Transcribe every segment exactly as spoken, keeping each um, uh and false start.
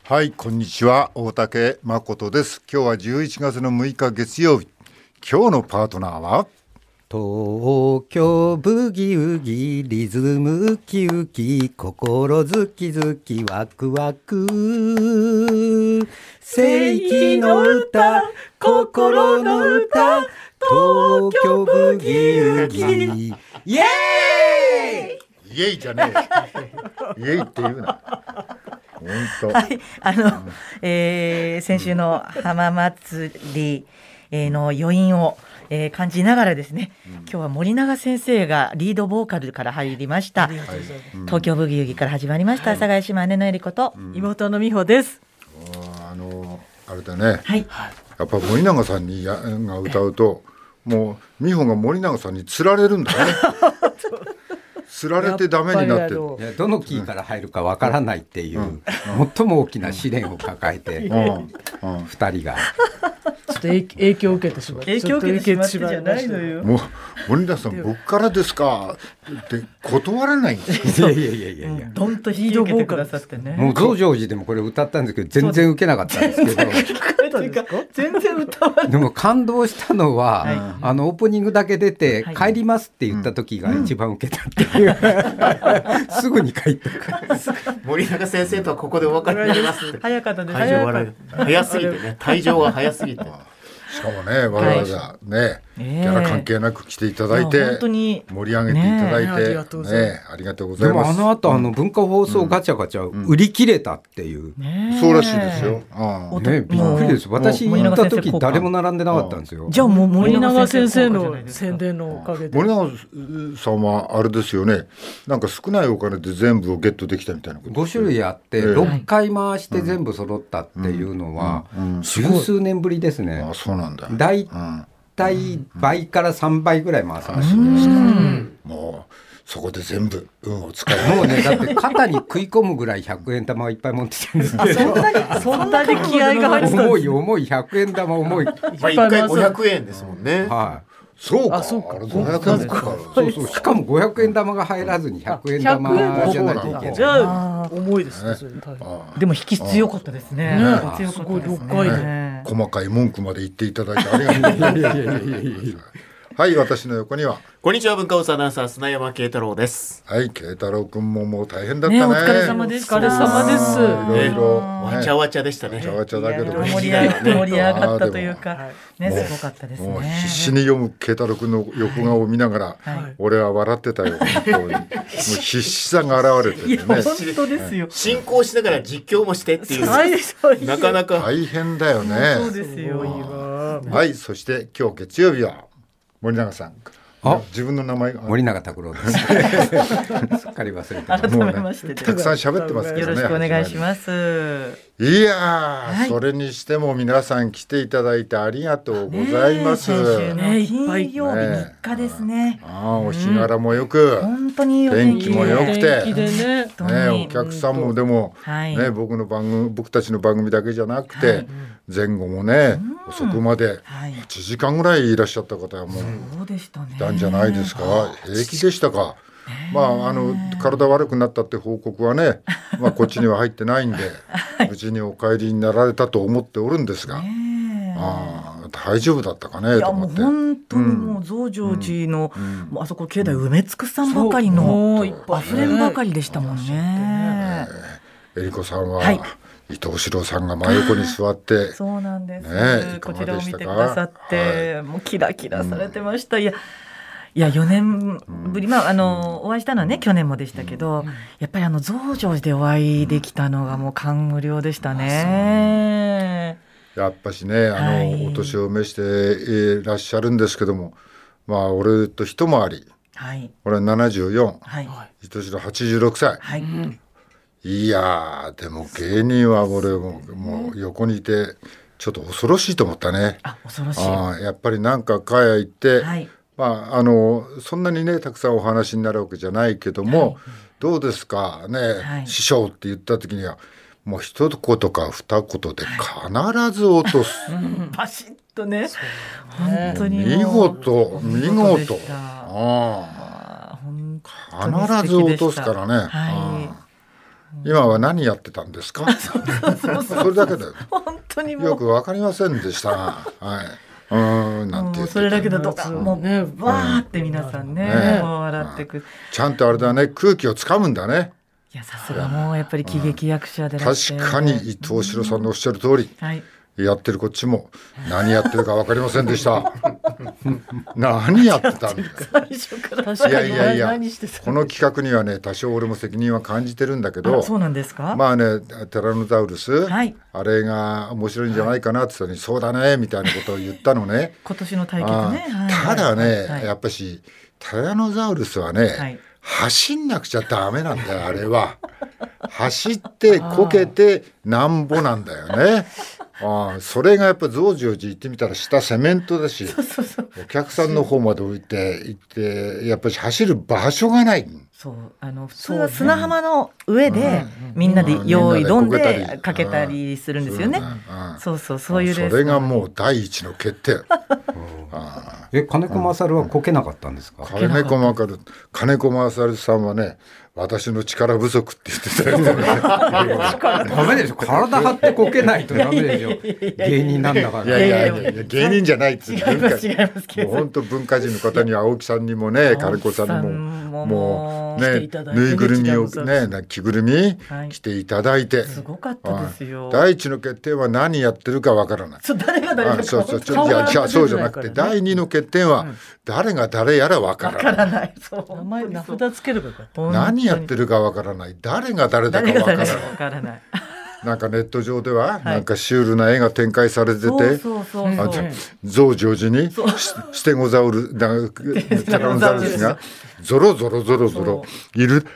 はい、こんにちは。大竹誠です。今日はじゅういちがつのむいか月曜日。今日のパートナーは東京ブギウギリズムウキウキ心ズキズキワクワク世紀の歌心の歌東京ブギウギイエーイイエイじゃねえイエイって言うな本当、 はい、あの、うんえー、先週の浜祭りの余韻を、えー、感じながらですね、うん、今日は森永先生がリードボーカルから入りました、はい、東京ブギウギから始まりました、はい、阿佐ヶ谷姉妹姉のえりこと、うん、 妹の美穂です。 あのあれだね、 はい、 やっぱ森永さんにやが歌うともう美穂が森永さんに釣られるんだね釣られてダメになってる。 いやどのキーから入るかわからないっていう、うん、最も大きな試練を抱えて、うんうん、ふたりがちょっと影響を受けてしまって影響を受けてしまってじゃないのよ。 もう森田さん僕からですかって断らないんですよ。いやいやいやいや、 どんと引き受けてくださってね。 もう増上寺でもこれ歌ったんですけど全然受けなかったんですけど全然歌わない。 でも感動したのは、はい、あのオープニングだけ出て、はい、帰りますって言った時が一番受けたっていう、うん、すぐに帰ったから森永先生とはここでお別れになりますって早かったです。 早すぎてね、退場が早すぎてしかもねわざわざね、はい、キャラ関係なく来ていただいて、 本当に盛り上げていただいて、ね、ありがとうございます、ね、ありがとうございます。 でもあの後、うん、あの文化放送ガチャガチャ売り切れたっていう、 うんね、そうらしいですよ、 あね、びっくりです。私行った時誰も並んでなかったんですよ。 じゃあもう森永先生の宣伝のおかげで。 森永さんはあれですよね、なんか少ないお金で全部をゲットできたみたいなこと、 ご種類あって、えー、ろっかい回して全部揃ったっていうのは十数年ぶりですね。 あ、そうなんだ。 大体倍からさんばいぐらい回さなしてました、うん、 もうそこで全部運を使う。 もうね、だって肩に食い込むぐらいひゃくえん玉をいっぱい持ってきたんですけどそんなにそんなに気合が入ってたんです。 重い重いひゃくえん玉重い、まあ、いっかいごひゃくえんですもんね、 はい、そうか、 そうか、 あれごひゃくえんかそうそう、しかもごひゃくえん玉が入らずにひゃくえん玉じゃないといけない。 じゃあ重いですね、それでも引き強かったですね。 強かったですね。ろっかいで細かい文句まで言っていただいてありがとうございますはい、私の横にはこんにちは、文化放送アナウンサー砂山慶太郎です。 はい、慶太郎くんももう大変だったね。 ね、お疲れ様です。 お疲れ様です。 いろいろ、 ね、わちゃわちゃでしたね。 わちゃわちゃだけど盛り上が盛り上がったというか、ね、すごかったですね。 もう必死に読む慶太郎くんの横顔を見ながら、はいはい、俺は笑ってたよ。本当にもう必死さが現れててね。 本当ですよ。 進行しながら実況もしてっていう、なかなか大変だよね。 そうですよ。 はい、そして今日月曜日は森永さん。 あ、 自分の名前が森永拓郎ですすっかり忘れてます。改めまして、 ね、たくさん喋ってますけどね。 よろしくお願いします。 いやー、はい、それにしても皆さん来ていただいてありがとうございます。 ね、先週の金曜日みっかですね。 あ、お日柄もよく、 うん、本当に天気もよくて、 天気でね、 ね、お客さんもでも、はい、ね、僕の番組、僕たちの番組だけじゃなくて、はい、前後もね、うん、遅くまではちじかんぐらいいらっしゃった方はもういたんじゃないですか。平気でしたか。まあ、あの体悪くなったって報告はね、まあ、こっちには入ってないんで無事にお帰りになられたと思っておるんですが、あ、大丈夫だったかねと思って。 いや、もう本当にもう増上寺の、うん、もうあそこ境内埋め尽くさんばかりのあふれんばかりでしたもんね。 えりこさんは、はい、伊藤四郎さんが真横に座ってそうなんです、 ね、 こちらを見てくださって、はい、もうキラキラされてました、うん、いやいやよねんぶり、まあ、あのお会いしたのはね去年もでしたけど、うん、やっぱりあの増上寺でお会いできたのがもう感無量でしたね。 やっぱしね、あの、はい、お年を召していらっしゃるんですけども、まあ俺と一回り、はい、俺はななじゅうよん、はい、伊藤四郎はちじゅうろくさい、はい、いやでも芸人は俺も、もう横にいてちょっと恐ろしいと思ったね。 あ、恐ろしい。 あ、やっぱりなんか会へ行って、はい、まあ、あのそんなにねたくさんお話になるわけじゃないけども、はい、どうですかね、はい、師匠って言った時にはもう一言か二言で必ず落とす、 はい、パシッとね、本当に見事見事、ああ、必ず落とすからね、 はい、 今は何やってたんですかそれだけだよ。 本当にもうよくわかりませんでしたはい、うんなんて言ってそれだけだともうねわーって皆さんね、ねもう笑ってく、 ちゃんとあれだね空気をつかむんだね。 いやさすがもうやっぱり喜劇役者でらっしゃる。 確かに伊藤四郎さんのおっしゃる通り、はい、やってるこっちも何やってるか分かりませんでした何やってたんだ最初からいやいやいやこの企画にはね多少俺も責任は感じてるんだけど。 そうなんですか。 まあねティラノザウルス、 はい、 あれが面白いんじゃないかなって言ったのに、はい、そうだねみたいなことを言ったのね今年の対決ね、はい、 ただね、 はい、 やっぱしティラノザウルスはね、はい、走んなくちゃダメなんだよあれは走ってこけてなんぼなんだよねあそれがやっぱ増上寺行ってみたら下セメントだし、そうそうそうお客さんの方まで置いて行ってやっぱり走る場所がない。 そうあの普通は砂浜の上でみんなで用意どんでかけたりするんですよね。そうそうそういうレース。 それがもう第一の決定あえ金子勝はこけなかったんですか。 金子勝金子勝さんはね私の力不足って言ってたよねダメでしょ体張ってこけないとダメでしょ芸人なんだから。 いやいやいやいや芸人じゃないっつって違います違いますけどもう本当文化人の方には青木さんにもね金子さんにももうねぬいぐるみをね着ぐるみ着ていただいて、 すごかったですよ。 第一の決定は何やってるかわからない。 そう誰が誰だかそうそうちょいやいやそうじゃなくて第二の決定は誰が誰やらわからない。 わからない。そう名前名札つければよかった。 何やってるかわからない。誰が誰だかわからない。 わからない。 なんかネット上ではなんかシュールな絵が展開されてて、増上寺にステゴザウルティラノザウルスがゾロゾロゾロゾロいる。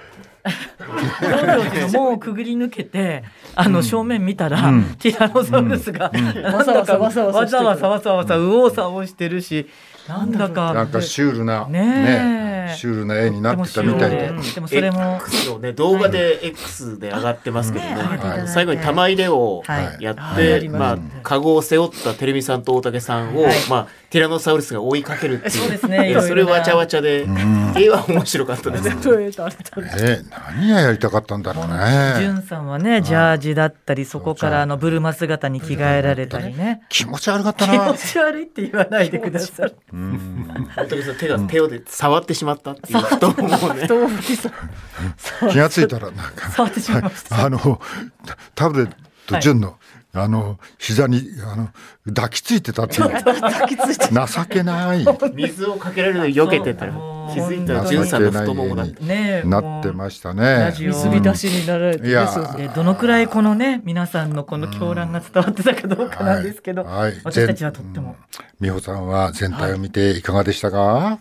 もうくぐり抜けてあの正面見たら、うん、ティラノザウルスがわざわざわざわざわざわざわざ右往左往してるし、なんだかなんかシュールなね、ねシュールな絵になってたみたいで、 でもそれも X のね動画で X で上がってますけどね、はい、最後に玉入れをやって、はいまあ、カゴを背負ったテレビさんと大竹さんを、はいまあ、ティラノサウルスが追いかけるっていう、そうですね、それわちゃわちゃで絵は面白かったですね。 え何がやりたかったんだろうね。 ジュンさんはねジャージだったりそこからあのブルマ姿に着替えられたりね、 気持ち悪かったな。 気持ち悪いって言わないでください。 大竹さん手が手をで触ってしまったっていう太ももね気がついたらなんか触ってしまいました。 あのタブレットジュンの、はいあの膝にあの抱きついてたっていう情けない水をかけられるのに避けてたら気づいたらジュンさんの太ももだってねなってましたね。 水浸しになられて、ね、いやでどのくらいこのね皆さんのこの狂乱が伝わってたかどうかなんですけど、はいはい、私たちはとっても美穂さんは全体を見ていかがでしたか。はい、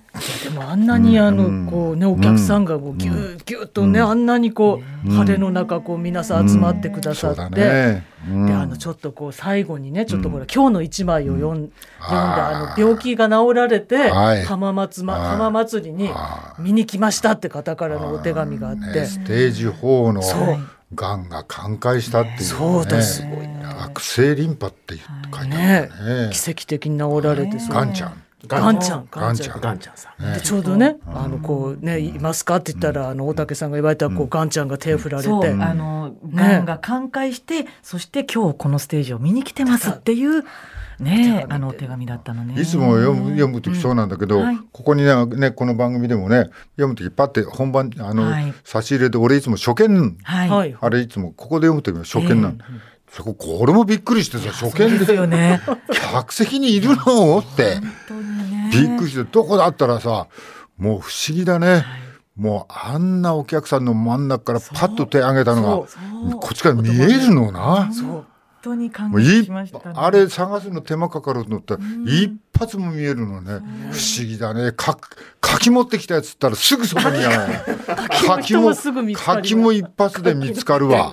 でもあんなにあのこう、ね、お客さんがこうギューギューとね、うん、あんなにこう派手の中こう皆さん集まってくださって、うんねうん、であのちょっとこう最後にねちょっとこれ、うん、今日の一枚を読ん、うん、読んだあの病気が治られて、はい、浜松、ま、浜祭りに見に来ましたって方からのお手紙があって、ね、 ステージフォーのがんが寛解したっていう、ね、 そうだすごいな。悪性リンパって書いてあるね、 ね奇跡的に治られて、 がんちゃんガンちゃんガンちゃんガンちゃんさん、 ね、でちょうどね、うん、あのこうねいますかって言ったら、うん、あの大竹さんが言われたらこう、うん、ガンちゃんが手を振られて、 そうあのガンが寛解して、ね、そして今日このステージを見に来てますっていうねあのお手紙だったのね。 いつも読む読むときそうなんだけど、うんはい、ここに ね, ねこの番組でもね読むときパッて本番あの、はい、差し入れで俺いつも初見、はい、あれいつもここで読むときは初見なんだ、えーそここれもびっくりしてさ初見 で, ですよ、ね、客席にいるのってびっくりしてどこだったらさもう不思議だね、はい、もうあんなお客さんの真ん中からパッと手挙げたのがこっちから見えるのな。 そう本当に感激しました、ね、 あれ探すの手間かかるのって一発も見えるのね。不思議だね。か柿持ってきたやつったらすぐそこにやらない柿も柿も一発で見つかるわ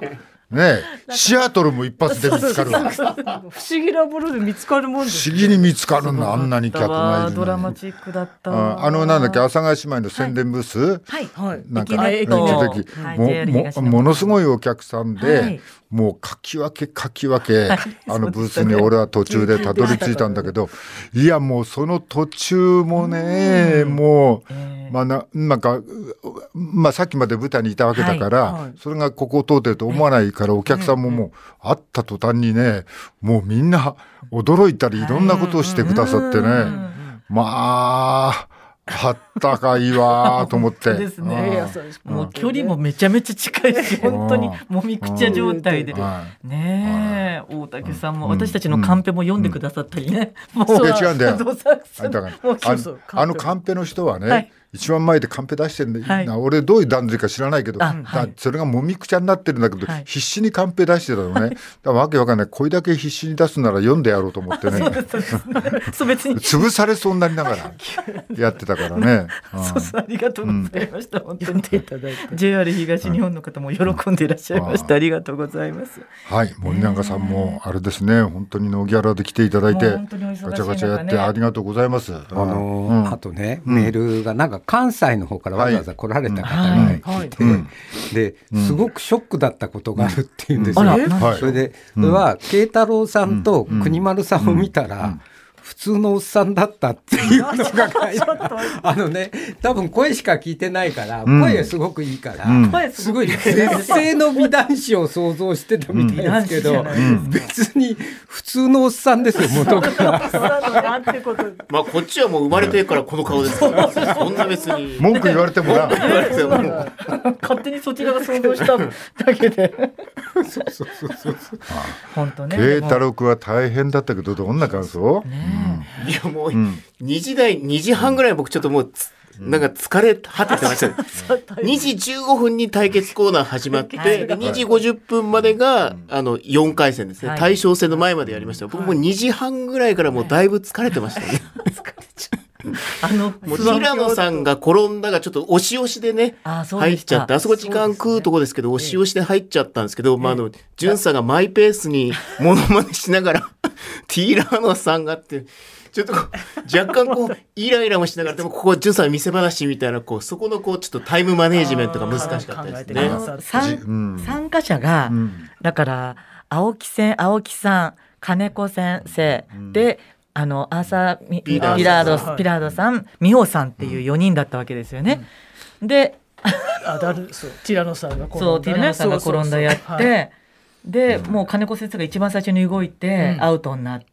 ね、シアトルも一発で見つかるわ。 不思議なもので見つかるもんです、 ね、不思議に見つかるんだ、あんなに客がいるのに。 ドラマチックだった。 あ, あのなんだっけ、阿佐ヶ谷姉妹の宣伝ブース、 はいはい、 なんか駅の時、も, も, ものすごいお客さんで、はい、もうかき分けかき分け、はい、あのブースに俺は途中でたどり着いたんだけど、いやもうその途中もね、うん、もう、えーまあ、な, なんか、まあ、さっきまで舞台にいたわけだから、はいはい、それがここを通ってると思わないから、お客さんももう会った途端にね、もうみんな驚いたりいろんなことをしてくださってね、まああったかいわと思ってですね、もう距離もめちゃめちゃ近いし、本当にもみくちゃ状態でねえ、大竹さんも私たちのカンペも読んでくださったりね、 もう違うんだよ、あのカンペの人はね、はい、一番前でカンペ出してるんだ、はい、俺どういう段取りか知らないけど、はい、それがもみくちゃになってるんだけど、はい、必死にカンペ出してたのね。だからわけわかんない、これだけ必死に出すなら読んでやろうと思ってねそう別に潰されそうになりながらやってたからねそうそう、ありがとうございました、うん、本当にいただいて ジェイアール 東日本の方も喜んでいらっしゃいました、うん、ありがとうございます。 はい、森永さんもあれですね、本当にノーギャラで来ていただいて、ガチャガチャやってありがとうございます。あのーうん、あとね、メールがなんか関西の方からわざわざ来られた方がいて、はいはい、ですごくショックだったことがあるっていうんですよ、うん、それで、それは慶太郎さんと国丸さんを見たら、普通のおっさんだったっていうのが書いてあのね、多分声しか聞いてないから、うん、声すごくいいから、うん、すごい絶世の美男子を想像してたみたいですけど、うん、別に普通のおっさんですよ、元からまあこっちはもう生まれてからこの顔ですからそんな別に文句言われてもな勝手にそちらが想像しただけでそうそうそうそう本当ね。 慶太郎君は大変だったけど、どんな感想？ね、 いやもうにじ台にじはんぐらい僕ちょっともうなんか疲れ果ててましたねにじじゅうごふんに対決コーナー始まってにじごじゅっぷんまでがあのよんかい戦ですね、はい、大将戦の前までやりました。僕もにじはんぐらいからもうだいぶ疲れてましたね、はい、疲れちゃうあのもう平野さんが転んだがちょっと押し押しでね入っちゃって、あそこ時間食うとこですけど押し押しで入っちゃったんですけど、まああの潤さんがマイペースにモノマネしながらティーラーノさんがってちょっと若干こうイライラもしながら、でもここは潤さん見せ話みたいな、こうそこのこうちょっとタイムマネジメントが難しかったですね。 参加者がだから青木先青木さん、金子先生で、あのアーサーピラードピラードさん、美穂さんっていうよにんだったわけですよね、うん、であだるそうティラノさんが転んだ、ね、 そうティラノさんが転んだやって、そうそうそう、はい、で、うん、もう金子先生が一番最初に動いて、うん、アウトになって、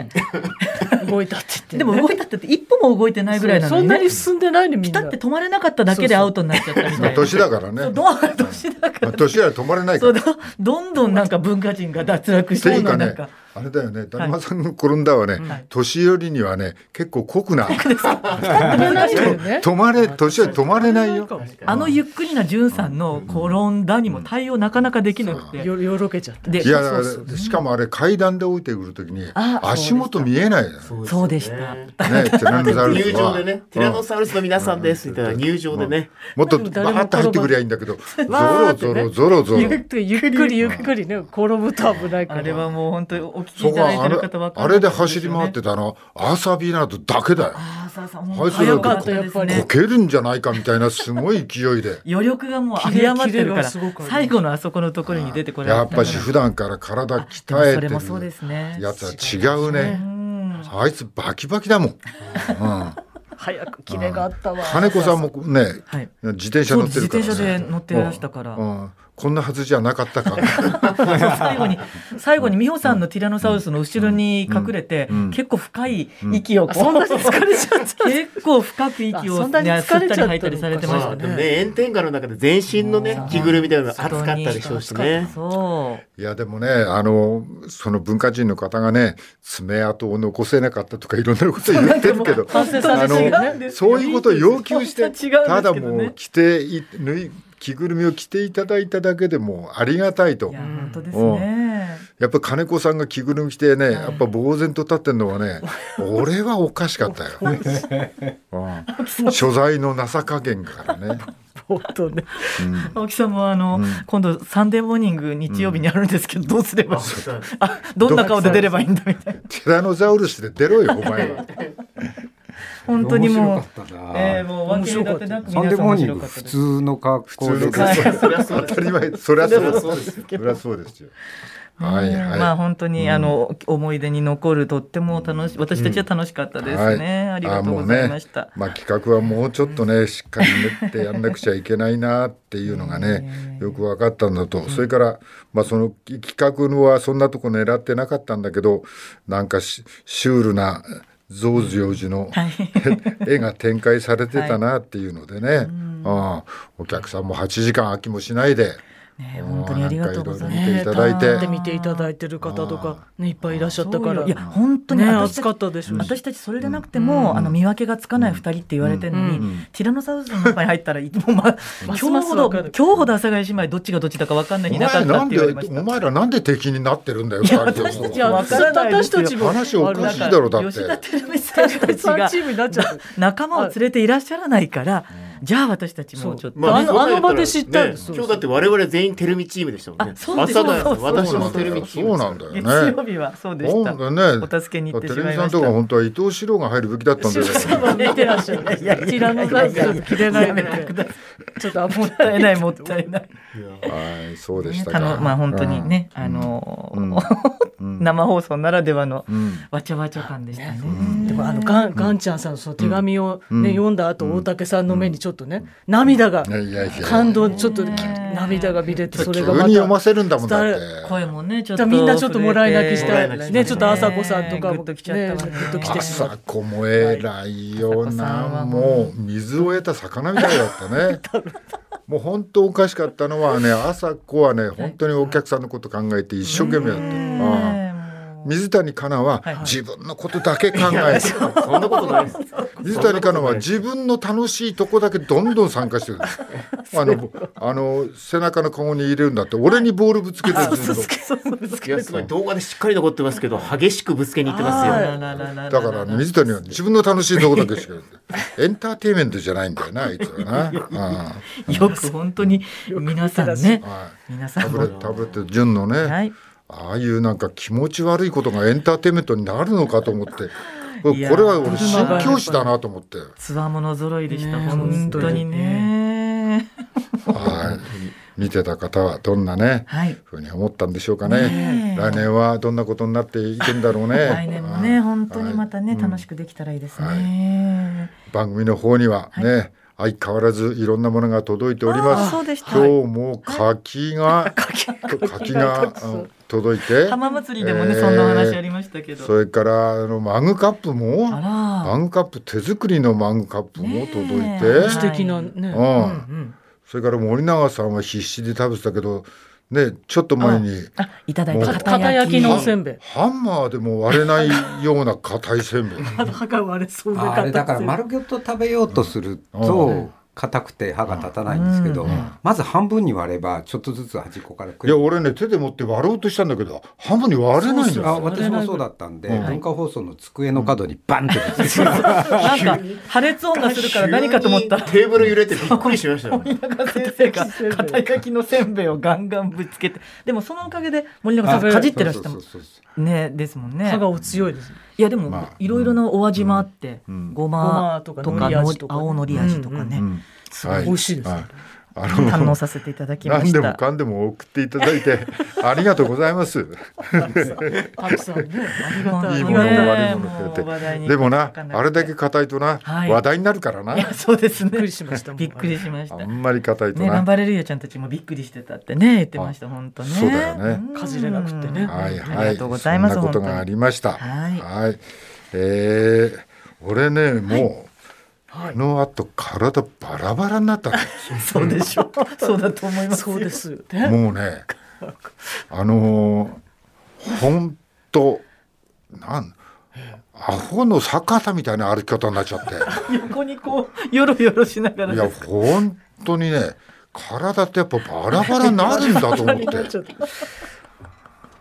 うん、動いたって言って、ね、 でも動いたって一歩も動いてないぐらいなのに、ね、 そんなに進んでないのみんなピタって止まれなかっただけでアウトになっちゃったみたいな。 年だからね、 年だから年は止まれないから、 そうどんどんなんか文化人が脱落してるのなんかあれだよね、だるまさんが転んだはね、はい、年寄りにはね結構酷な止まれ年は止まれないよ。 あのゆっくりな潤さんの転んだにも対応なかなかできなくて、 よよろけちゃった。 いやそうそう、しかもあれ階段で降りてくるときに足元見えない。 そうでした、ね、 ティラノサウルス入場でね、ティラノサウルスの皆さんですみたいな入場でね、 もっとバーッと入ってくりゃいいんだけど、ゾロゾロゾロゾロゆっくりゆっくりゆっくりね、転ぶと危ないから。 あれはもう本当にお聞きいただいてる方ばっかり、 あれで走り回ってたのアーサー・ビーナードだけだよ。 あーさあいつらこけるんじゃないかみたいなすごい勢いで余力がもう有り余ってるから最後のあそこのところに出てこられた。 やっぱし普段から体鍛えてるやつは違うね。あいつバキバキだもん、うん、 早くキレがあったわ。 金子さんもね、はい、自転車乗ってるから、ね、 自転車で乗ってらしたから、 うんうん、こんなはずじゃなかったか最後に最後に美穂さんのティラノサウルスの後ろに隠れて、うんうん、結構深い息をこう、 うん、そんなに疲れちゃった結構深く息を、ね、吸ったり吐いたりされてましたね。 ね、炎天下の中で全身のね着ぐるみたいなのが暑かったでしょうしね。 そういやでもね、あのその文化人の方がね爪痕を残せなかったとかいろんなこと言ってるけど、あのそういうことを要求してただもう着て縫い着ぐるみを着ていただいただけでもありがたいと。 いや本当ですね。 やっぱ金子さんが着ぐるみ着てね、やっぱ呆然と立ってるのはね、俺はおかしかったよ、うん、所在のなさ加減からねほどね。 青木さんもあの、うん、今度サンデーモーニング日曜日にあるんですけど、うん、どうすれば、あ、どんな顔で出ればいいんだみたいな。 ティラノザウルスで出ろよお前は。 本当にもう、えー、もう分け隔てなく皆さん面白かったです。 普通の格好で、 当たり前、そりゃそうです。そりゃそうですよ。はいはい、 まあ本当に、うん、あの思い出に残るとっても楽しい、私たちは楽しかったですね、うんはい、ありがとうございました。あ、 ね、まあ、企画はもうちょっとねしっかり練ってやんなくちゃいけないなっていうのがねよく分かったんだと、うん、それから、まあ、その企画のはそんなとこ狙ってなかったんだけどなんかシュールな増上寺の、はい、絵が展開されてたなっていうのでね、はい、あお客さんもはちじかん空きもしないでね、本当にありがとうございます。 見ていただいて、 ね、見ていただいてる方とか、ね、いっぱいいらっしゃったから、 いや本当に暑かったでしょう。 私たちそれでなくても、うん、あの見分けがつかないふたりって言われてるのに、うん、ティラノサウルスの中に入ったらもう、まあ、今日ほど今日ほど阿佐ヶ谷姉妹どっちがどっちだか分かんないになかったって言われました。 お前らなんで敵になってるんだよ。 いや私たちは分からないですよ。 私たちも話おかしいだろ。だって吉田照美さんたちが仲間を連れていらっしゃらないから、じゃあ私たちもちょっと、 まあ、あのあの場で知ったんです。 今日だって我々全員テレミチームでしたもんね。 そうです。 私もテレミチーム。 そうなんだよね。 月曜日はそうでした。ね、お助けに行ってしまいました。テレミさんとか本当は伊藤四郎が入るべきだったんだよね。 そう見てらっしゃる。いやティラノザウルス切れないでちょっともったいないもったいない。 はい、そうでしたか。 まあ本当にね、あの生放送ならではのわちゃわちゃ感でしたね。 でもあのガンガンちゃんさんのその手紙をね読んだ後、大竹さんの目にちょっとね涙涙が感動ちょっと涙が見れて、それがまた急に読ませるんだもんだって。 声もねちょっとみんなちょっともらい泣きしたね。ちょっと朝子さんとかもグッときちゃったわね。 朝子も偉いよな、もう水を得た魚みたいだったね。もう本当おかしかったのはね、朝子はね本当にお客さんのこと考えて一生懸命やってる。ああ水谷香奈は自分のことだけ考えて、 そんなことないです。 水谷香奈は自分の楽しいとこだけどんどん参加してる。あのあの背中のカゴに入れるんだって、俺にボールぶつけてずっと。いやすごい動画でしっかり残ってますけど激しくぶつけに行ってますよ。 だから、ね、水谷は自分の楽しいとこだけしかエンターテインメントじゃないんだよな、あいつはな。 よく本当に皆さんね、皆さんもタブレット純のね、はい、ああいうなんか気持ち悪いことがエンターテインメントになるのかと思って、これは俺新教師だなと思って。 つわもの揃いでした、ね、本当にね。 はい、見てた方はどんなね、はい、ふうに思ったんでしょうかね。ね来年はどんなことになっていけんだろうね。 来年もね本当にまたね、はい、楽しくできたらいいですね。 はい、番組の方にはね、はい、相変わらずいろんなものが届いております。今日も柿が柿が届いて、 浜祭りでもね、えー、そんな話ありましたけど、 それからあのマグカップもマグカップ手作りのマグカップも届いて、 素敵なね、 うんうん、それから森永さんは必死で食べてたけどね、ちょっと前にあいただいた片焼きのおせんべい、 ハンマーでも割れないような硬いせんべい歯が割れそうで、 あれだから丸ごと食べようとすると、うん硬くて歯が立たないんですけど、うんうん、まず半分に割ればちょっとずつ端っこからくる。 いや俺ね手で持って割ろうとしたんだけど半分に割れないんだよ。 あ私もそうだったんで、うん、文化放送の机の角にバンってぶつけて、 なんか破裂音がするから何かと思ったらテーブル揺れてびっくりしましたよ。 森永先生が片焼きのせんべいをガンガンぶつけて、でもそのおかげで森永さんかじってらしたもんねですもんね。 歯がお強いです。 いやでも、まあ、いろいろなお味もあって、うん、ごまとか青のり味とかね、うんうん、すごい美味しいです、はい、あの堪能させていただきました。 何でもかんでも送っていただいてありがとうございます。 たくさんね、ありがたい。 いいものも悪いものくれて、でもなあれだけ硬いとな、はい、話題になるからな。 いやそうですね。 びっくりしました。 びっくりしました。 あんまり硬いとな、 ね、ガンバレルーヤちゃんたちもびっくりしてたってね言ってました。本当ね。 そうだよね。 かじれなくてね。 はいはい。 ありがとうございます。 そんなことがありました。 はい。 はい。えー、俺ねもう、はい、のあと体バラバラになったんですよ。 そうでしょう。そうだと思います。 そうです。 もうねあのー、ほんとなんアホの坂田みたいな歩き方になっちゃって横にこうよろよろしながら。 いや本当にね体ってやっぱバラバラになるんだと思って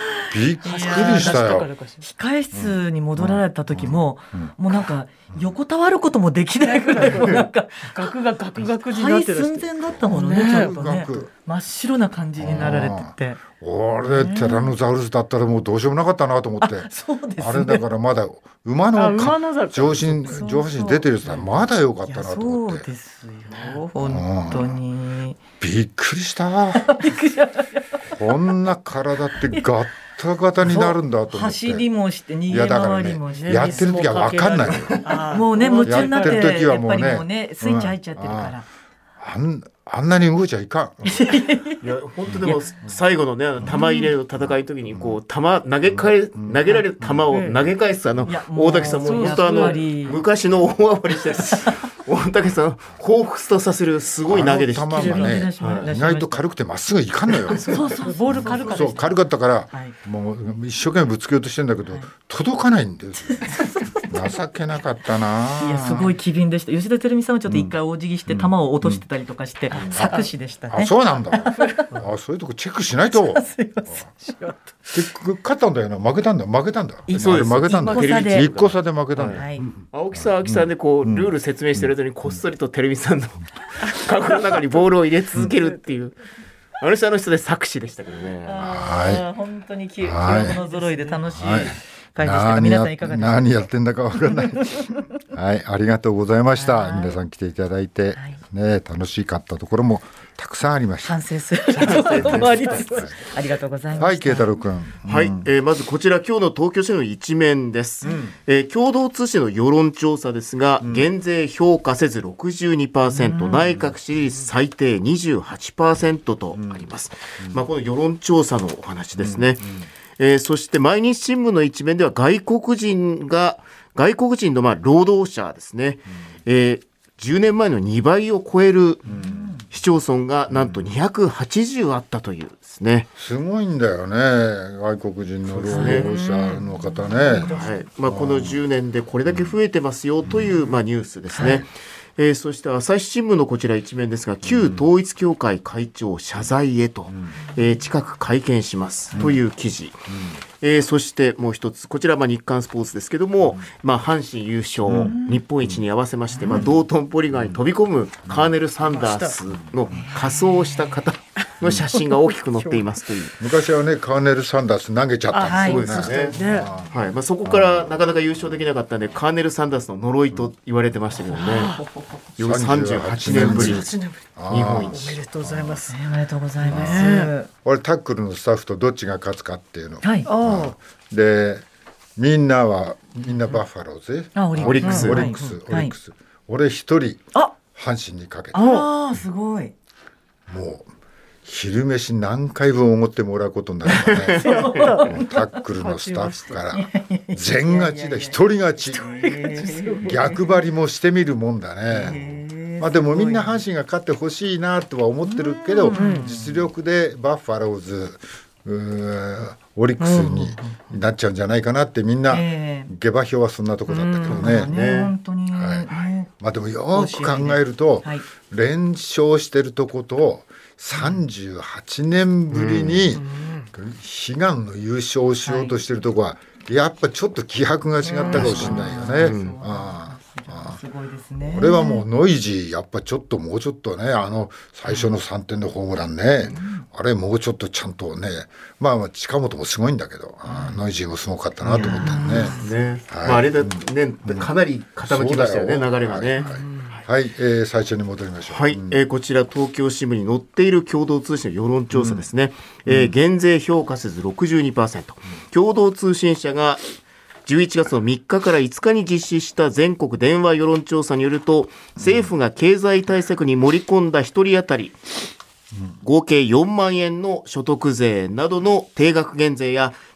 びっくりしたよ。 控室に戻られた時も、うんうん、もうなんか横たわることもできないぐらいなんか額がガクガクになってる。 寸前だったものね、ちょっとね真っ白な感じになられてて。 俺テラノザウルスだったらもうどうしようもなかったなと思って。 あ、そうですね、 あれだからまだ馬の上心上半身出てる人はまだ良かったなと思って。 そうですよ、本当にびっくりしたこんな体ってガッタガタになるんだと思って。 走りもして逃げ回りもして、 ね、やってる時は分かんないのもうね夢中になってやってる時はもう ね, やっぱりもうねスイッチ入っちゃってるから、 うん、あんあんなに動いちゃいかん。 いや本当でも最後のね玉入れの戦いの時にこう玉投げ返投げられる球を投げ返すあの大竹さんも本当あの昔の大暴れして大竹さん彷彿とさせるすごい投げでした。 あの球がね、はい、意外と軽くてまっすぐいかんのよ。 そうそうボール軽かった。 そう軽かったから、はい、もう一生懸命ぶつけようとしてんだけど、はい、届かないんですよ。情けなかったな。 いやすごい機敏でした。吉田照美さんはちょっと一回大辞儀して球を落としてたりとかして、うんうん、作詞でしたね。 あ、そうなんだ。あ、そういうとこチェックしないと。すいません。で勝ったんだよな。負けたんだ。負けたんだ。 そうです。 負けたんだ。一個差で負けたんだ。 はい、青木さん青木さんでこう、うん、ルール説明してる間にこっそりと照美さんのカゴの中にボールを入れ続けるっていう。あの人あの人で作詞でしたけどね。 はい。本当に記憶の揃いで楽しい。はい回でしたが皆さんいかがですか。 何やってんだかわからない。はい、ありがとうございました。皆さん来ていただいて、はい、ね楽しかったところもたくさんありました。 反省することもありつつありがとうございました。 はい、慶太郎君。 はい、うんえー、まずこちら今日の東京市の一面です。うんえー、共同通信の世論調査ですが、うん、減税評価せず ろくじゅうにパーセント、うん、内閣支持率最低 にじゅうはちパーセント とあります。うんまあ、この世論調査のお話ですね。うんうんえー、そして毎日新聞の一面では外国人が外国人のまあ労働者ですね、うんえー、じゅうねんまえのにばいを超える市町村がなんとにひゃくはちじゅうあったというですね。 すごいんだよね外国人の労働者の方ね、 はいまあ、このじゅうねんでこれだけ増えてますよというまあニュースですね、はいえー、そして朝日新聞のこちら一面ですが旧統一教会会長謝罪へと、うんえー、近く会見しますという記事、うんえー、そしてもう一つこちらまあ日刊スポーツですけども、うんまあ、阪神優勝、うん、日本一に合わせまして、まあ、道頓堀川に飛び込むカーネル・サンダースの仮装をした方の写真が大きく載っていますという昔はねカーネル・サンダース投げちゃったんですよね、ねはいまあ、そこからなかなか優勝できなかったんでカーネル・サンダースの呪いと言われてましたけどねさんじゅうはちねんぶり日本一おめでとうございます。 おめでとうございます。 俺タックルのスタッフとどっちが勝つかっていうの、はい、でみんなはみんなバファローズ、 あオリックスオリックス、オリックス、はい、俺一人阪神にかけてああすごいもう昼飯何回分おごってもらうことになるからねタックルのスタッフから全勝ちだ一人勝ち逆張りもしてみるもんだね。まあでもみんな阪神が勝ってほしいなとは思ってるけど実力でバッファローズオリックスになっちゃうんじゃないかなってみんな下馬評はそんなとこだったけどね、 ね本当に、 はいまあ、でもよく考えると連勝してるとことさんじゅうはちねんぶりに悲願の優勝をしようとしてるとこはやっぱちょっと気迫が違ったかもしれないよね、うん、ああすごいですね。 これはもうノイジーやっぱちょっともうちょっとねあの最初のさんてんのホームランね、うん、あれもうちょっとちゃんとねまあ近本もすごいんだけど、うん、ノイジーもすごかったなと思ったね、 ねはいまあ、あれだねかなり傾きましたよね、うん、流れがね、はいはいはい、えー、最初に戻りましょう。 はい、うんえー、こちら東京新聞に載っている共同通信の世論調査ですね、うんえー、減税評価せず ろくじゅうにパーセント、うん、共同通信社がじゅういちがつのみっかからいつかに実施した全国電話世論調査によると政府が経済対策に盛り込んだひとり当たり合計よんまんえんの所得税などの定額減税や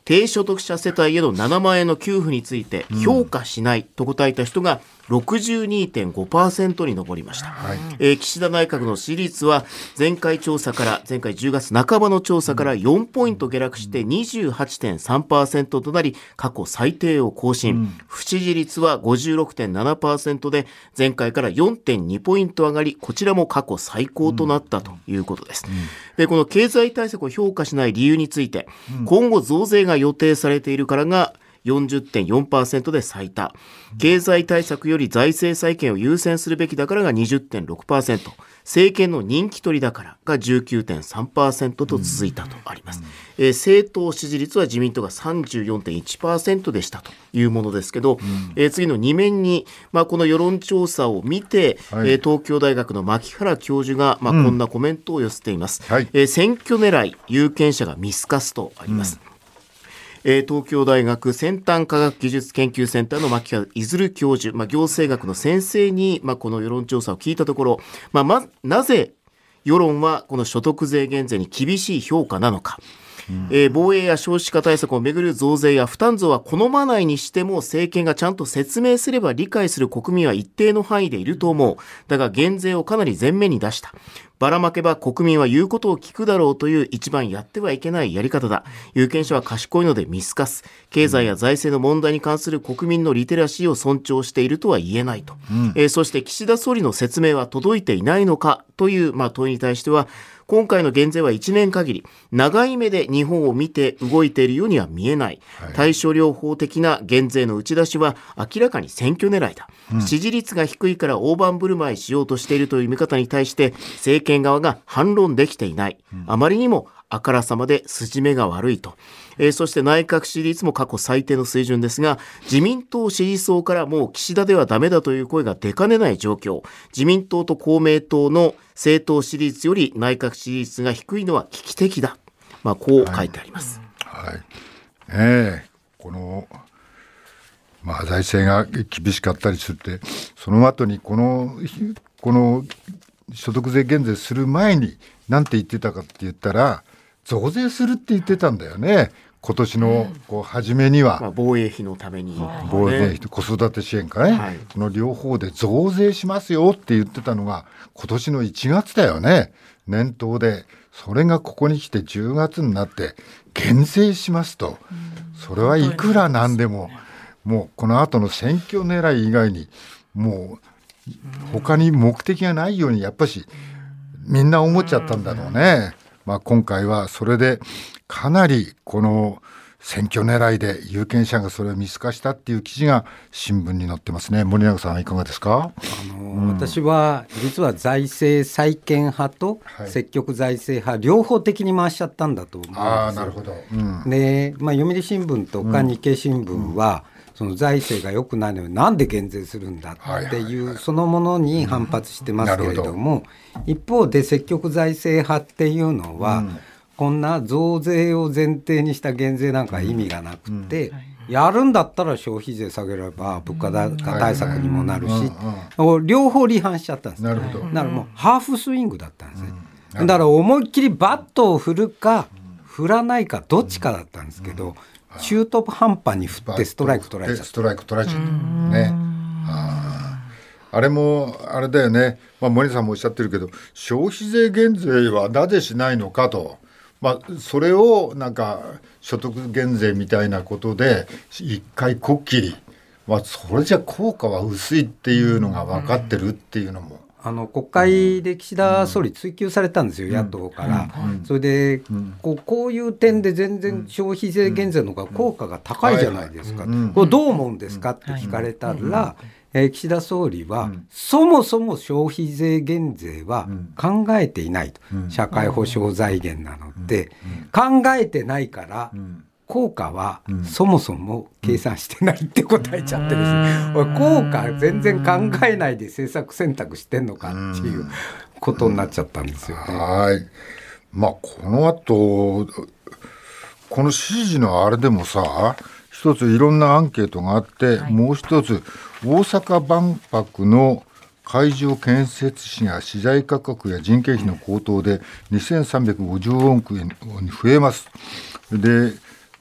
低所得者世帯へのななまんえんの給付について評価しないと答えた人が ろくじゅうにてんごパーセント に上りました、はいえー、岸田内閣の支持率は前回調査から前回じゅうがつなかばの調査からよんポイント下落して にじゅうはちてんさんパーセント となり過去最低を更新、うん、不支持率は ごじゅうろくてんななパーセント で前回から よんてんにポイント上がりこちらも過去最高となったということです、うん、でこの経済対策を評価しない理由について、うん、今後増税が予定されているからがよんじゅってんよんパーセント で最多、経済対策より財政再建を優先するべきだからが にじゅってんろくパーセント、 政権の人気取りだからが じゅうきゅうてんさんパーセント と続いたとあります、うんえー、政党支持率は自民党が さんじゅうよんてんいちパーセント でしたというものですけど、うんえー、次のに面に、まあ、この世論調査を見て、はいえー、東京大学の牧原教授が、まあ、こんなコメントを寄せています、うんはいえー、選挙狙い有権者が見透かすとあります、うんえー、東京大学先端科学技術研究センターの牧原出教授、まあ、行政学の先生に、まあ、この世論調査を聞いたところ、まあ、まなぜ世論はこの所得税減税に厳しい評価なのか、うんえー、防衛や少子化対策をめぐる増税や負担増は好まないにしても政権がちゃんと説明すれば理解する国民は一定の範囲でいると思う。だが減税をかなり前面に出した。ばらまけば国民は言うことを聞くだろうという一番やってはいけないやり方だ。有権者は賢いので見透かす。経済や財政の問題に関する国民のリテラシーを尊重しているとは言えないと、うんえー、そして岸田総理の説明は届いていないのかという、まあ、問いに対しては今回の減税はいちねん限り長い目で日本を見て動いているようには見えない、はい、対処療法的な減税の打ち出しは明らかに選挙狙いだ、うん、支持率が低いから大盤振る舞いしようとしているという見方に対して政権側が反論できていない、うん、あまりにもあからさまで筋目が悪いと、えー、そして内閣支持率も過去最低の水準ですが自民党支持層からもう岸田ではダメだという声が出かねない状況。自民党と公明党の政党支持率より内閣支持率が低いのは危機的だ、まあ、こう書いてあります、 はいはいえー、この、まあ、財政が厳しかったりするってその後にこの、この所得税減税する前に何て言ってたかって言ったら増税するって言ってたんだよね。今年のこう初めには、 まあ、防衛費のために、 防衛費と子育て支援かね、はい、この両方で増税しますよって言ってたのが今年のいちがつだよね。年頭でそれがここに来てじゅうがつになって減税しますと、それはいくらなんでももうこの後の選挙狙い以外にもう他に目的がないようにやっぱしみんな思っちゃったんだろうね。まあ、今回はそれでかなりこの選挙狙いで有権者がそれを見透かしたっていう記事が新聞に載ってますね。森永さんはいかがですか？ あの、うん、私は実は財政再建派と積極財政派、はい、両方的に回しちゃったんだと思うんですよ。 あ、なるほど、うん、 で、まあ、読売新聞とか日経新聞は、うんその財政が良くないのになんで減税するんだっていうそのものに反発してますけれども、一方で積極財政派っていうのはこんな増税を前提にした減税なんか意味がなくて、やるんだったら消費税下げれば物価高対策にもなるし、両方離反しちゃったんです。 なるほど。 だからもうハーフスイングだったんですね。だから思いっきりバットを振るか振らないかどっちかだったんですけど、中途半端に振ってストライク取られちゃった。 ストライク取られちゃったね。あ, あれもあれだよね、まあ、森さんもおっしゃってるけど消費税減税はなぜしないのかと、まあ、それをなんか所得減税みたいなことで一回こっきり、まあ、それじゃ効果は薄いっていうのが分かってるっていうのもあの国会で岸田総理追及されたんですよ、うん、野党から、うん、それで、うん、こう、こういう点で全然消費税減税の方が効果が高いじゃないですか、うん、これどう思うんですかって聞かれたら、うんえー、岸田総理は、うん、そもそも消費税減税は考えていないと、うん、社会保障財源なので、うん、考えてないから、うん効果はそもそも計算してないって答えちゃってですね、うん、効果全然考えないで政策選択してんのかっていうことになっちゃったんですよね。 はい、まあ、この後この支持のあれでもさ一ついろんなアンケートがあって、はい、もう一つ大阪万博の会場建設費が資材価格や人件費の高騰でにせんさんびゃくごじゅうおくえんに増えます。で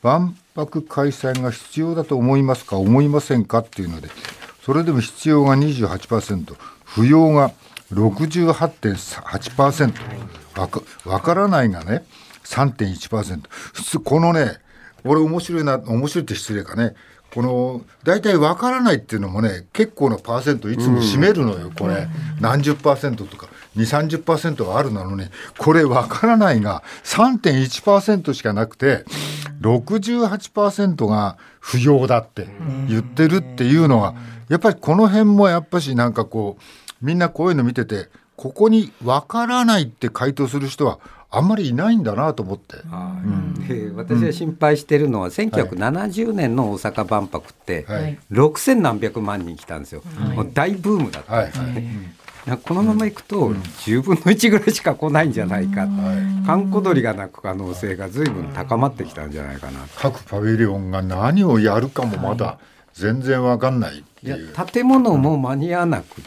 万博開催が必要だと思いますか思いませんかっていうので、それでも必要が にじゅうはちパーセント、 不要が ろくじゅうはちてんはちパーセント、 わか、わからないがね さんてんいちパーセント。 普通このね、俺面白いな、面白いって失礼かね、この大体わからないっていうのもね結構なパーセントいつも占めるのよ、これ何十パーセントとかにじゅう、さんじゅっパーセントはあるなのに、これわからないが さんてんいちパーセント しかなくて ろくじゅうはちパーセント が不要だって言ってるっていうのは、やっぱりこの辺もやっぱしなんかこうみんなこういうの見てて、ここにわからないって回答する人はあんまりいないんだなと思って、 あ、うん、で私が心配してるのは、うん、せんきゅうひゃくななじゅうねんの大阪万博って、はい、ろくせんなんびゃくまんにん来たんですよ、はい、もう大ブームだったんですね、はいはい、このままいくとじゅうぶんのいちぐらいしか来ないんじゃないか、閑古鳥が鳴く可能性が随分高まってきたんじゃないかな。 各パビリオンが何をやるかもまだ全然わかんないっていう、 いや建物も間に合わなくって、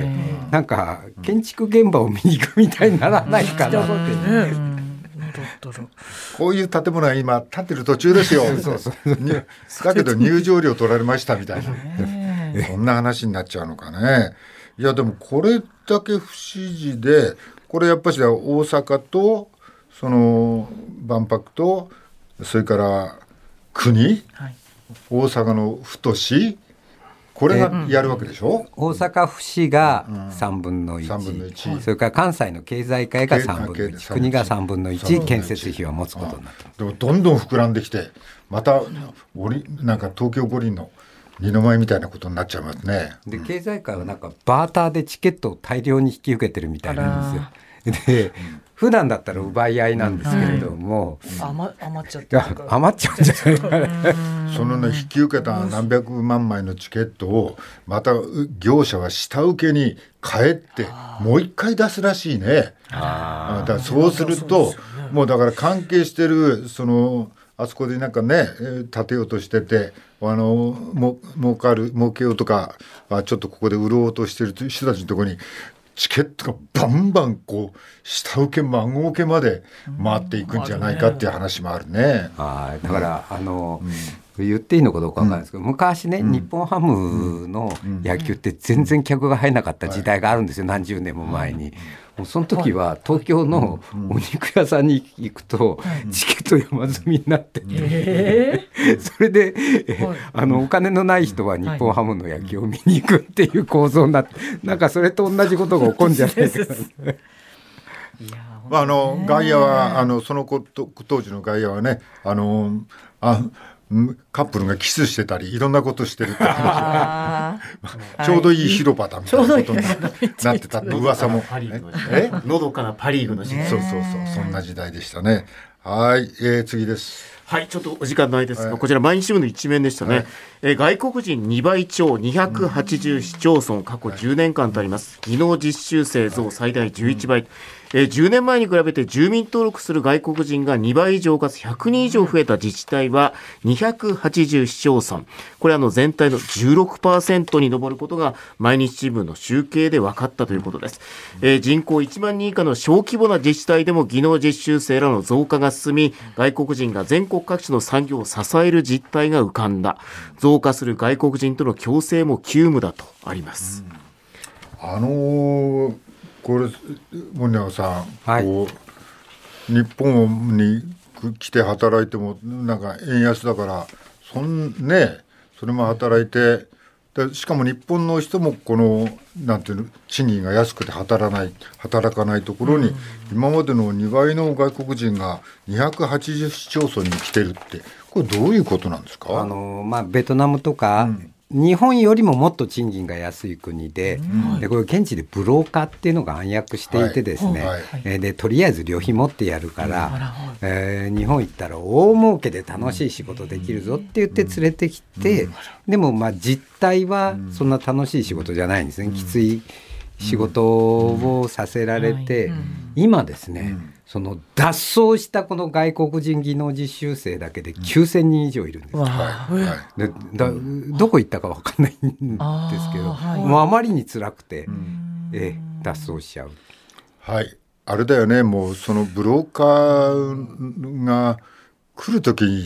なんか建築現場を見に行くみたいにならないかなってね、 こういう建物は今建ってる途中ですよそうそうだけど入場料取られましたみたいなそんな話になっちゃうのかね。いやでもこれだけ不思議で、これやっぱし大阪とその万博とそれから国、はい、大阪の府と市、これがやるわけでしょ、 うん、大阪府市がさんぶんのいち、うん、それから関西の経済界がさんぶんのいち、国がさんぶんのいち建設費を持つことになってます。 でもどんどん膨らんできて、またなんか東京五輪の二の舞みたいなことになっちゃいますね。 で経済界はなんかバーターでチケットを大量に引き受けてるみたいなんですよ。で普段だったら奪い合いなんですけれども、 うんはい、余, 余っちゃって余っちゃうんじゃないかねそのね引き受けた何百万枚のチケットをまた業者は下請けに変えてもう一回出すらしいね。あだからそうするともうだから関係してるそのあそこでなんかね建てようとしてて、あのも儲かる儲けようとかちょっとここで売ろうとしてる人たちのところにチケットがバンバンこう下請け孫請けまで回っていくんじゃないかっていう話もあるね。 あだから、うん、あの、うん、言っていいのかどうか分からないですけど、うん、昔ね、うん、日本ハムの野球って全然客が入らなかった時代があるんですよ、何十年も前に。もうその時は東京のお肉屋さんに行くとチケット山積みになってて、えー、それでえあのお金のない人は日本ハムの野球を見に行くっていう構造になって、なんかそれと同じことが起こるんじゃないですかね。 まあ、あの外野はあのその当時の外野はね、あのあカップルがキスしてたりいろんなことしてるって話ちょうどいい広場だみたいなことになってたって噂も、 えのどかなパリーグの時代、 そうそうそうそんな時代でしたね。はい、えー、次です。 はい、ちょっとお時間ないですが、はい、こちら毎日新聞の一面でしたね、はい、えー、外国人にばい超にひゃくはちじゅう市町村過去じゅうねんかんとあります。技能実習生増最大じゅういちばい、えー、じゅうねんまえに比べて住民登録する外国人がにばい以上かつひゃくにん以上増えた自治体はにひゃくはちじゅう市町村、これはあの全体の じゅうろくパーセント に上ることが毎日新聞の集計で分かったということです。えー、人口いちまんにん以下の小規模な自治体でも技能実習生らの増加が進み、外国人が全国各地の産業を支える実態が浮かんだ。増加する外国人との共生も急務だとあります。 うん、あのーこれ森永さん、はい、こう日本に来て働いてもなんか円安だからそんねそれも働いて、でしかも日本の人もこのなんていうの賃金が安くて働かない働かないところに、うん、今までのにばいの外国人がにひゃくはちじゅう市町村に来てるって、これどういうことなんですか？ あの、まあ、ベトナムとか、うん日本よりももっと賃金が安い国 で,、うん、でこれ現地でブローカーっていうのが暗躍していてですね、はいはい、でとりあえず旅費持ってやるから、うんえー、日本行ったら大儲けで楽しい仕事できるぞって言って連れてきて、うん、でもまあ実態はそんな楽しい仕事じゃないんですね、うん、きつい仕事をさせられて、うん、今ですね、うんその脱走したこの外国人技能実習生だけできゅうせんにん以上いるんです、うんはいでだどこ行ったか分かんないんですけど、あもうあまりに辛くて、えー、脱走しちゃう。 はいあれだよね、もうそのブローカーが来るとき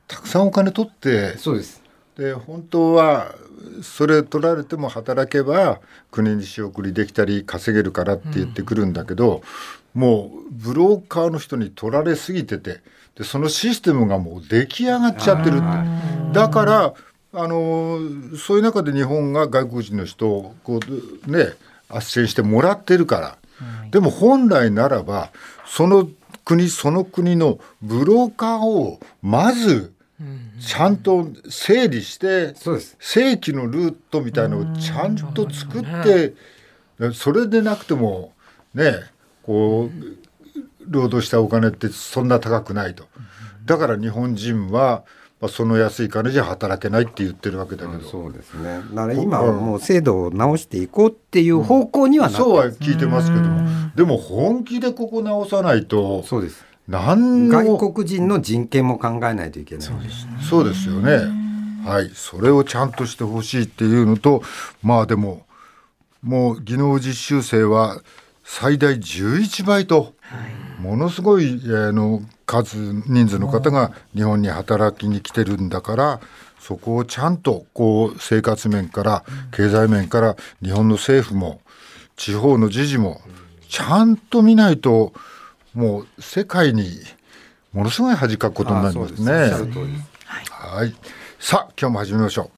たくさんお金取って、 そうです。 で本当はそれ取られても働けば国に仕送りできたり稼げるからって言ってくるんだけど、うん、もうブローカーの人に取られすぎてて、でそのシステムがもう出来上がっちゃってるって。だからあのそういう中で日本が外国人の人をこうね斡旋してもらってるから、うん、でも本来ならばその国その国のブローカーをまずちゃんと整理して、正規のルートみたいのをちゃんと作って、それでなくてもねこう労働したお金ってそんな高くないと。だから日本人はその安い金じゃ働けないって言ってるわけだけど、うん、 そうですね。だから今はもう制度を直していこうっていう方向にはなって、うん、 そうは聞いてますけども、でも本気でここ直さないと。 そうです。 何の外国人の人権も考えないといけない。 そうですね。そうですよね。はい、それをちゃんとしてほしいっていうのと、まあでももう技能実習生は最大じゅういちばいと、はい、ものすごいあの数人数の方が日本に働きに来てるんだから、そこをちゃんとこう生活面から経済面から日本の政府も地方の自治もちゃんと見ないと、もう世界にものすごい恥かくことになりますね。はい。さあ今日も始めましょう。